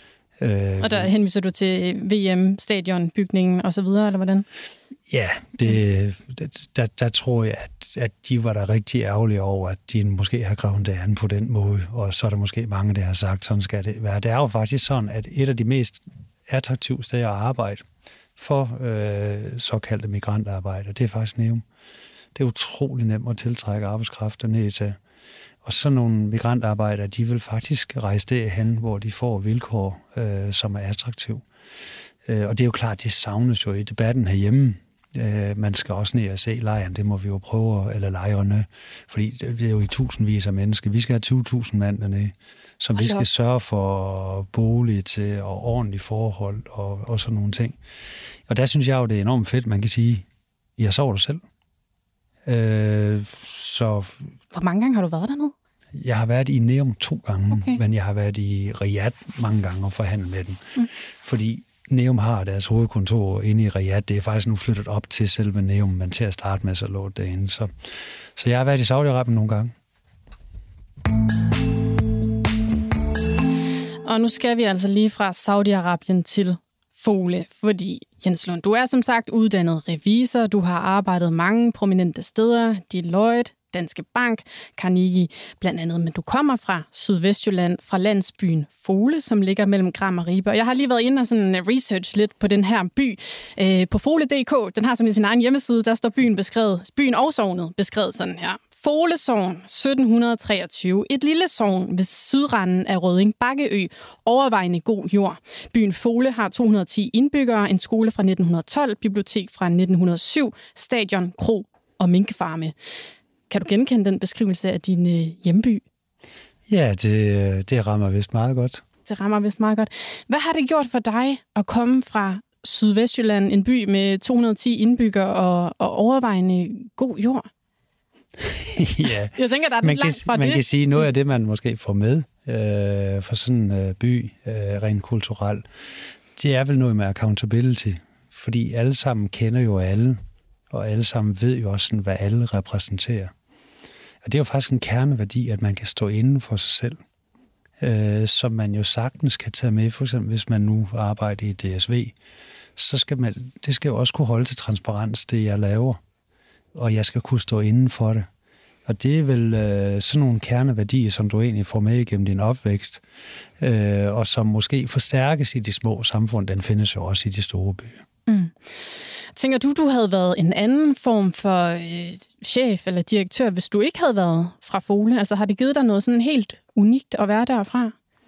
Og der henviser du til V M-stadionbygningen og så videre, eller hvordan? Ja, det, der, der tror jeg, at, at de var der rigtig ærgerlige over, at de måske har grebet det an på den måde, og så er der måske mange, der har sagt, sådan skal det være. Det er jo faktisk sådan, at et af de mest attraktive steder at arbejde for øh, såkaldte migrantarbejdere, det er faktisk NEOM. Det er utrolig nemt at tiltrække arbejdskraft ned til. Og så nogle migrantarbejdere, de vil faktisk rejse derhen, hvor de får vilkår, øh, som er attraktive. Øh, og det er jo klart, de savnes jo i debatten herhjemme. Øh, man skal også ned og se lejren, det må vi jo prøve, eller lejrene, fordi det er jo i tusindvis af mennesker. Vi skal have tyve tusind mand dernede, som vi skal sørge for bolig til og ordentlige forhold og, og sådan nogle ting. Og der synes jeg jo, det er enormt fedt, man kan sige, jeg sover du selv. Øh, så Hvor mange gange har du været dernede? Jeg har været i Neom to gange, okay. men jeg har været i Riyadh mange gange og forhandlet med dem. Mm. Fordi Neom har deres hovedkontor inde i Riyadh. Det er faktisk nu flyttet op til selve Neom, men til at starte med, så lå det derinde. Så, så jeg har været i Saudi-Arabien nogle gange. Og nu skal vi altså lige fra Saudi-Arabien til Fogle, fordi Jens Lund, du er som sagt uddannet revisor, du har arbejdet mange prominente steder, Deloitte, Danske Bank, Carnegie blandt andet, men du kommer fra Sydvestjylland, fra landsbyen Fogle, som ligger mellem Gram og Ribe. Og jeg har lige været inde og sådan research lidt på den her by. Øh, på Fogle punktum d k, den har som sin egen hjemmeside, der står byen beskrevet, byen og sognet beskrevet sådan her. Fogle Sogn, sytten treogtyve. Et lille sogn ved sydranden af Rødding Bakkeø. Overvejende god jord. Byen Fogle har to hundrede og ti indbyggere, en skole fra nitten tolv, bibliotek fra nitten hundrede og syv, stadion, kro og minkfarme. Kan du genkende den beskrivelse af din øh, hjemby? Ja, det, det rammer vist meget godt. Det rammer vist meget godt. Hvad har det gjort for dig at komme fra Sydvestjylland, en by med to hundrede og ti indbyggere og, og overvejende god jord? Ja, jeg tænker, der er man langt kan, fra man det. kan sige, noget af det, man måske får med øh, for sådan en øh, by, øh, rent kulturelt, det er vel noget med accountability. Fordi alle sammen kender jo alle, og alle sammen ved jo også, hvad alle repræsenterer. Og det er jo faktisk en kerneværdi, at man kan stå inden for sig selv, øh, som man jo sagtens kan tage med. For eksempel, hvis man nu arbejder i D S V, så skal man, det skal jo også kunne holde til transparens, det jeg laver. Og jeg skal kunne stå inden for det. Og det er vel øh, sådan nogle kerneværdier, som du egentlig får med igennem din opvækst, øh, og som måske forstærkes i de små samfund. Den findes jo også i de store byer. Mm. Tænker du, du havde været en anden form for øh, chef eller direktør, hvis du ikke havde været fra Fogle? Altså har det givet dig noget sådan helt unikt at være derfra?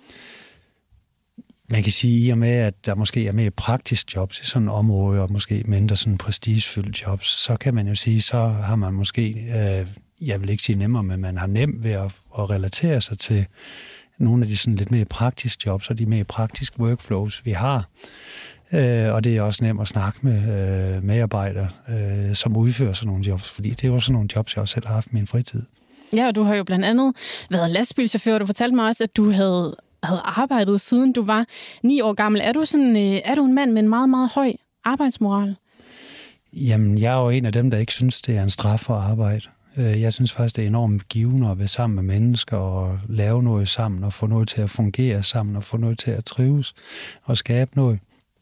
Man kan sige, i og med, at der måske er mere praktisk jobs i sådan et område, og måske mindre sådan prestigefyldt jobs, så kan man jo sige, så har man måske, øh, jeg vil ikke sige nemmere, men man har nemt ved at, at relatere sig til nogle af de sådan lidt mere praktiske jobs, og de mere praktiske workflows, vi har. Øh, og det er også nemt at snakke med øh, medarbejdere, øh, som udfører sådan nogle jobs, fordi det er jo sådan nogle jobs, jeg også selv har haft i min fritid. Ja, og du har jo blandt andet været lastbilchauffør, du fortalte mig også, at du havde havde arbejdet siden du var ni år gammel. Er du, sådan, øh, er du en mand med en meget, meget høj arbejdsmoral? Jamen, jeg er jo en af dem, der ikke synes, det er en straf for arbejde. Jeg synes faktisk, det er enormt givende at være sammen med mennesker og lave noget sammen og få noget til at fungere sammen og få noget til at trives og skabe noget.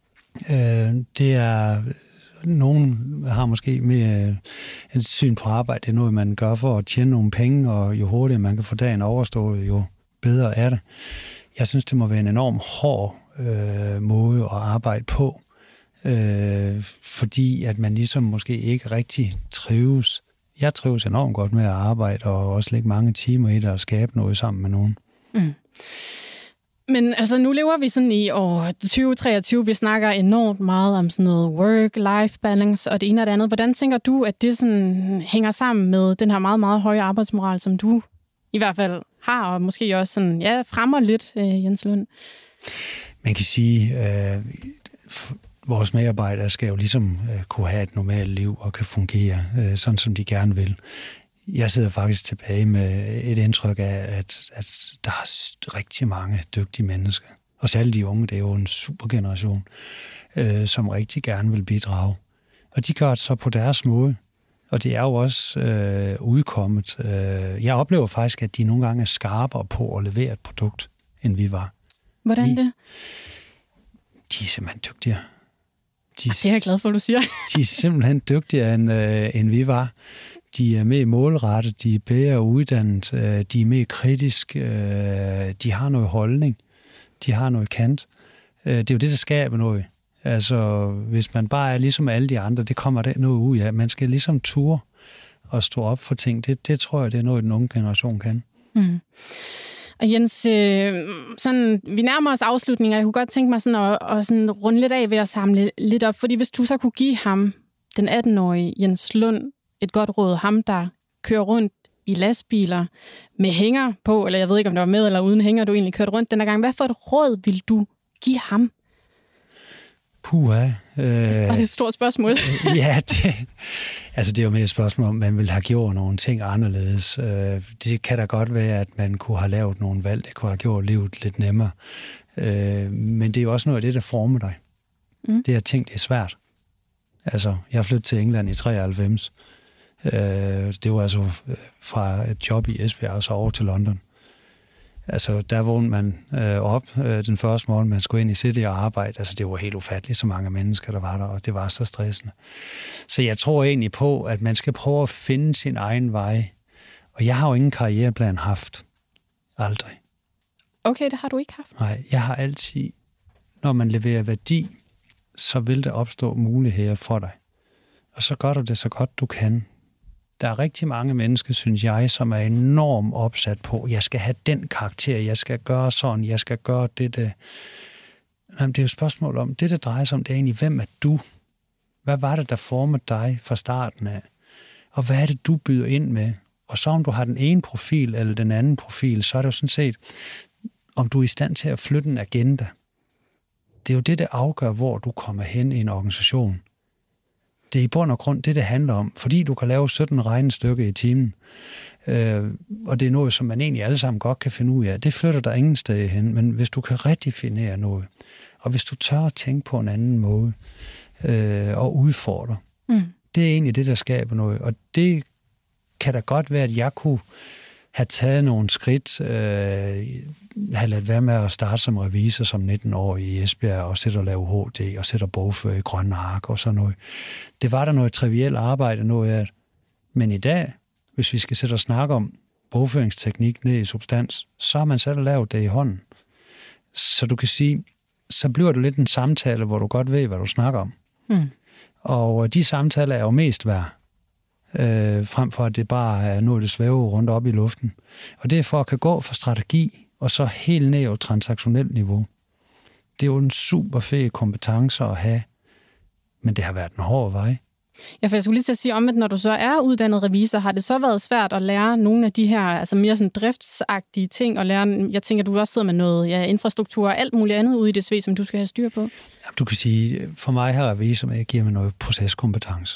Det er... Nogen har måske mere et syn på arbejde. Det er noget, man gør for at tjene nogle penge, og jo hurtigere man kan få dagen overstået, jo bedre er det. Jeg synes, det må være en enorm hård øh, måde at arbejde på, øh, fordi at man ligesom måske ikke rigtig trives. Jeg trives enormt godt med at arbejde, og også lægge mange timer i det og skabe noget sammen med nogen. Mm. Men altså, nu lever vi sådan i år tyve treogtyve. Vi snakker enormt meget om sådan noget work-life balance og det ene og det andet. Hvordan tænker du, at det sådan hænger sammen med den her meget, meget høje arbejdsmoral, som du i hvert fald har, og måske også sådan, ja, fremmer lidt, øh, Jens Lund? Man kan sige, at øh, vores medarbejdere skal jo ligesom øh, kunne have et normalt liv og kan fungere, øh, sådan som de gerne vil. Jeg sidder faktisk tilbage med et indtryk af, at, at der er rigtig mange dygtige mennesker. Og særligt de unge, det er jo en supergeneration, øh, som rigtig gerne vil bidrage. Og de gør det så på deres måde. Og det er jo også øh, udkommet. Øh, jeg oplever faktisk, at de nogle gange er skarpere på at levere et produkt, end vi var. Hvordan de, det? De er simpelthen dygtigere. De, det er jeg glad for, at du siger. De er simpelthen dygtigere, end, øh, end vi var. De er mere målrettet, de er bedre uddannet, øh, de er mere kritiske, øh, de har noget holdning, de har noget kant. Øh, det er jo det, der skaber noget. Altså, hvis man bare er ligesom alle de andre, det kommer der noget ud af. Man skal ligesom ture at stå op for ting, det, det tror jeg, det er noget, den unge generation kan. Mm. Og Jens, øh, sådan, vi nærmer os afslutninger. Jeg kunne godt tænke mig sådan at, at sådan runde lidt af ved at samle lidt op, fordi hvis du så kunne give ham, den atten-årige Jens Lund, et godt råd, ham der kører rundt i lastbiler med hænger på, eller jeg ved ikke, om det var med eller uden hænger, du egentlig kørte rundt den her gang. Hvad for et råd vil du give ham? Puha. Øh, og det er et stort spørgsmål. ja, det, altså det er jo mere et spørgsmål om, man vil have gjort nogle ting anderledes. Øh, det kan da godt være, at man kunne have lavet nogle valg, det kunne have gjort livet lidt nemmere. Øh, men det er jo også noget af det, der former dig. Mm. Det er ting, det er svært. Altså, jeg flyttede til England i treoghalvfems. Øh, det var altså fra et job i Esbjerg og så over til London. Altså, der vågnede man øh, op øh, den første morgen, man skulle ind i City og arbejde. Altså, det var helt ufatteligt, så mange mennesker, der var der, og det var så stressende. Så jeg tror egentlig på, at man skal prøve at finde sin egen vej. Og jeg har jo ingen karriereplan haft. Aldrig. Okay, det har du ikke haft? Nej, jeg har altid, når man leverer værdi, så vil der opstå muligheder for dig. Og så gør du det så godt, du kan. Der er rigtig mange mennesker, synes jeg, som er enormt opsat på, jeg skal have den karakter, jeg skal gøre sådan, jeg skal gøre det, det. Jamen, det er jo et spørgsmål om, det, der drejer sig om, det er egentlig, hvem er du? Hvad var det, der formede dig fra starten af? Og hvad er det, du byder ind med? Og så om du har den ene profil eller den anden profil, så er det jo sådan set, om du er i stand til at flytte en agenda. Det er jo det, der afgør, hvor du kommer hen i en organisation. Det er i bund og grund det, det handler om. Fordi du kan lave sytten regnestykker i timen, øh, og det er noget, som man egentlig alle sammen godt kan finde ud af. Det flytter der ingen sted hen, men hvis du kan redefinere noget, og hvis du tør at tænke på en anden måde, øh, og udfordre, mm. det er egentlig det, der skaber noget. Og det kan da godt være, at jeg kunne have taget nogle skridt, øh, have ladet være med at starte som revisor som nitten-årig i Esbjerg, og sætte og lave H D, og sætte og bogføre i grønne ark og sådan noget. Det var der noget trivielt arbejde, noget af. Men i dag, hvis vi skal sætte og snakke om bogføringsteknik ned i substans, så har man sat og lavet det i hånden. Så du kan sige, så bliver det lidt en samtale, hvor du godt ved, hvad du snakker om. Mm. Og de samtaler er jo mest værd. Øh, frem for at det bare er noget, det svæver rundt op i luften. Og det er for at kan gå fra strategi, og så helt ned på transaktionelt niveau. Det er jo en super fed kompetence at have, men det har været en hård vej. Ja, for jeg skulle lige til at sige om, at når du så er uddannet revisor, har det så været svært at lære nogle af de her altså mere sådan driftsagtige ting, og lære, jeg tænker, du også sidder med noget ja, infrastruktur og alt muligt andet ude i D S V, som du skal have styr på? Ja, du kan sige, for mig her revisor, at jeg giver mig noget proceskompetence.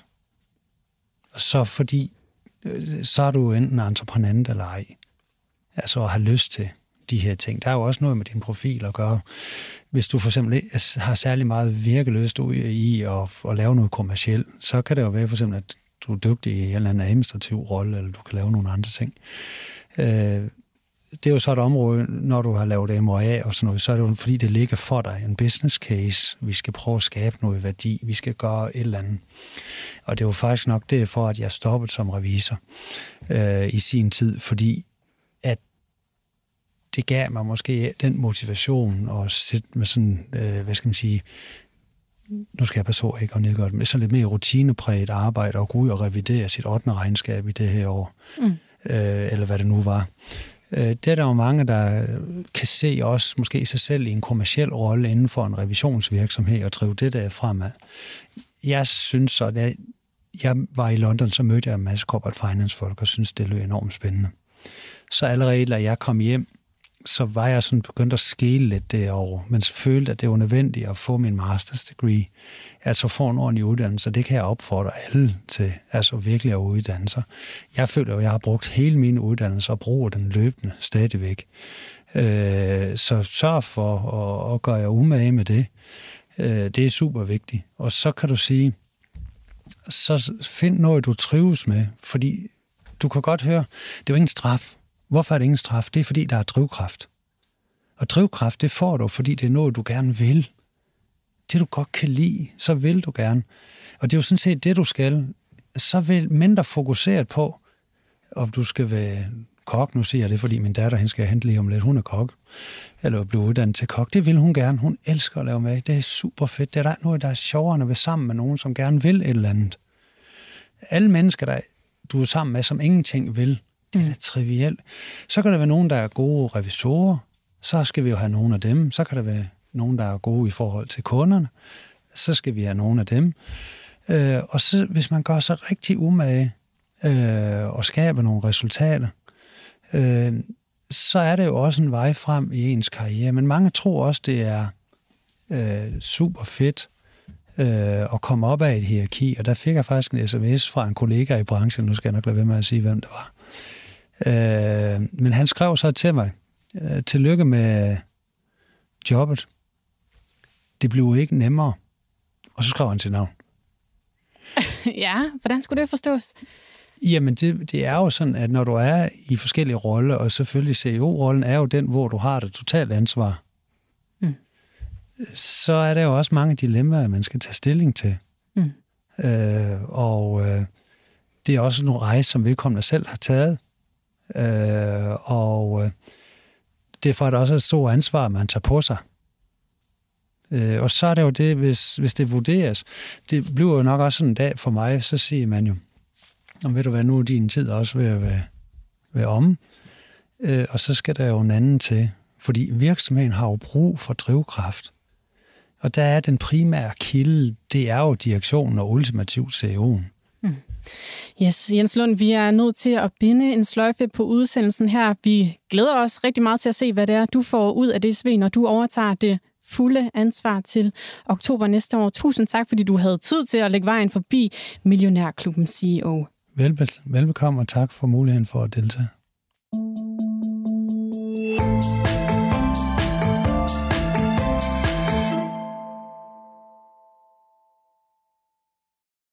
Så fordi, så er du enten entreprenant eller ej. Altså at have lyst til de her ting. Der er jo også noget med din profil at gøre. Hvis du for eksempel har særlig meget virkelyst ud i at, at lave noget kommercielt, så kan det jo være for eksempel, at du er dygtig i en eller anden administrativ rolle, eller du kan lave nogle andre ting. Det er jo så et område, når du har lavet M og A og sådan noget, så er det jo fordi, det ligger for dig en business case. Vi skal prøve at skabe noget værdi. Vi skal gøre et eller andet. Og det var faktisk nok derfor, at jeg stoppede som revisor øh, i sin tid, fordi at det gav mig måske den motivation at sætte med sådan, øh, hvad skal man sige, nu skal jeg passe på ikke at nedgøre det, men sådan lidt mere rutinepræget arbejde og gå ud og revidere sit ottende regnskab i det her år. Mm. Øh, eller hvad det nu var. Det er der jo mange, der kan se også måske sig selv i en kommerciel rolle inden for en revisionsvirksomhed og drive det der fremad. Jeg synes så, at jeg var i London, så mødte jeg en masse corporate finance-folk og synes det lød enormt spændende. Så allerede, da jeg kom hjem, så var jeg sådan begyndt at skele lidt derovre, men følte, at det var nødvendigt at få min master's degree, altså få en ordentlig uddannelse. Det kan jeg opfordre alle til, altså virkelig at uddanne sig. Jeg føler, at jeg har brugt hele min uddannelse og bruger den løbende stadigvæk. Så sørg for at, at gøre jer umage med det. Det er super vigtigt. Og så kan du sige, så find noget, du trives med, fordi du kan godt høre, det er jo ingen straf. Hvorfor er det ingen straf? Det er, fordi der er drivkraft. Og drivkraft, det får du, fordi det er noget, du gerne vil. Det, du godt kan lide, så vil du gerne. Og det er jo sådan set det, du skal. Så vil mindre fokuseret på, om du skal være kok. Nu siger jeg det, fordi min datter, hende skal hente lige om lidt. Hun er kok. Eller blive uddannet til kok. Det vil hun gerne. Hun elsker at lave mad. Det er super fedt. Det er der noget, der er sjovere at være sammen med nogen, som gerne vil et eller andet. Alle mennesker, der du er sammen med, som ingenting vil. Det er mm. trivielt. Så kan der være nogen, der er gode revisorer. Så skal vi jo have nogen af dem. Så kan der være nogen, der er gode i forhold til kunderne. Så skal vi have nogen af dem. Øh, og så, hvis man gør sig rigtig umage øh, og skaber nogle resultater, øh, så er det jo også en vej frem i ens karriere. Men mange tror også, det er øh, super fedt øh, at komme op af et hierarki. Og der fik jeg faktisk en sms fra en kollega i branchen. Nu skal jeg nok lade være med at sige, hvem det var. Øh, men han skrev så til mig, øh, tillykke med jobbet. Det blev ikke nemmere. Og så skrev han til navn. Ja, hvordan skulle det forstås? Jamen, det, det er jo sådan, at når du er i forskellige roller, og selvfølgelig C E O-rollen er jo den, hvor du har det totalt ansvar, mm. så er der jo også mange dilemmaer, man skal tage stilling til. Mm. Øh, og øh, det er også nogle rejser, som vedkommende selv har taget. Øh, og øh, derfor er det også et stort ansvar, man tager på sig. Øh, og så er det jo det, hvis, hvis det vurderes. Det bliver jo nok også sådan en dag for mig, så siger man jo, om ved du hvad, nu er din tid også ved at være, være om. Øh, og så skal der jo en anden til. Fordi virksomheden har jo brug for drivkraft. Og der er den primære kilde, det er jo direktionen og ultimativt C E O'en. Mm. Yes, Jens Lund, vi er nødt til at binde en sløjfe på udsendelsen her. Vi glæder os rigtig meget til at se, hvad det er, du får ud af D S V, når du overtager det fulde ansvar til oktober næste år. Tusind tak, fordi du havde tid til at lægge vejen forbi Millionærklubben C E O. Velbe- velbekomme, og tak for muligheden for at deltage.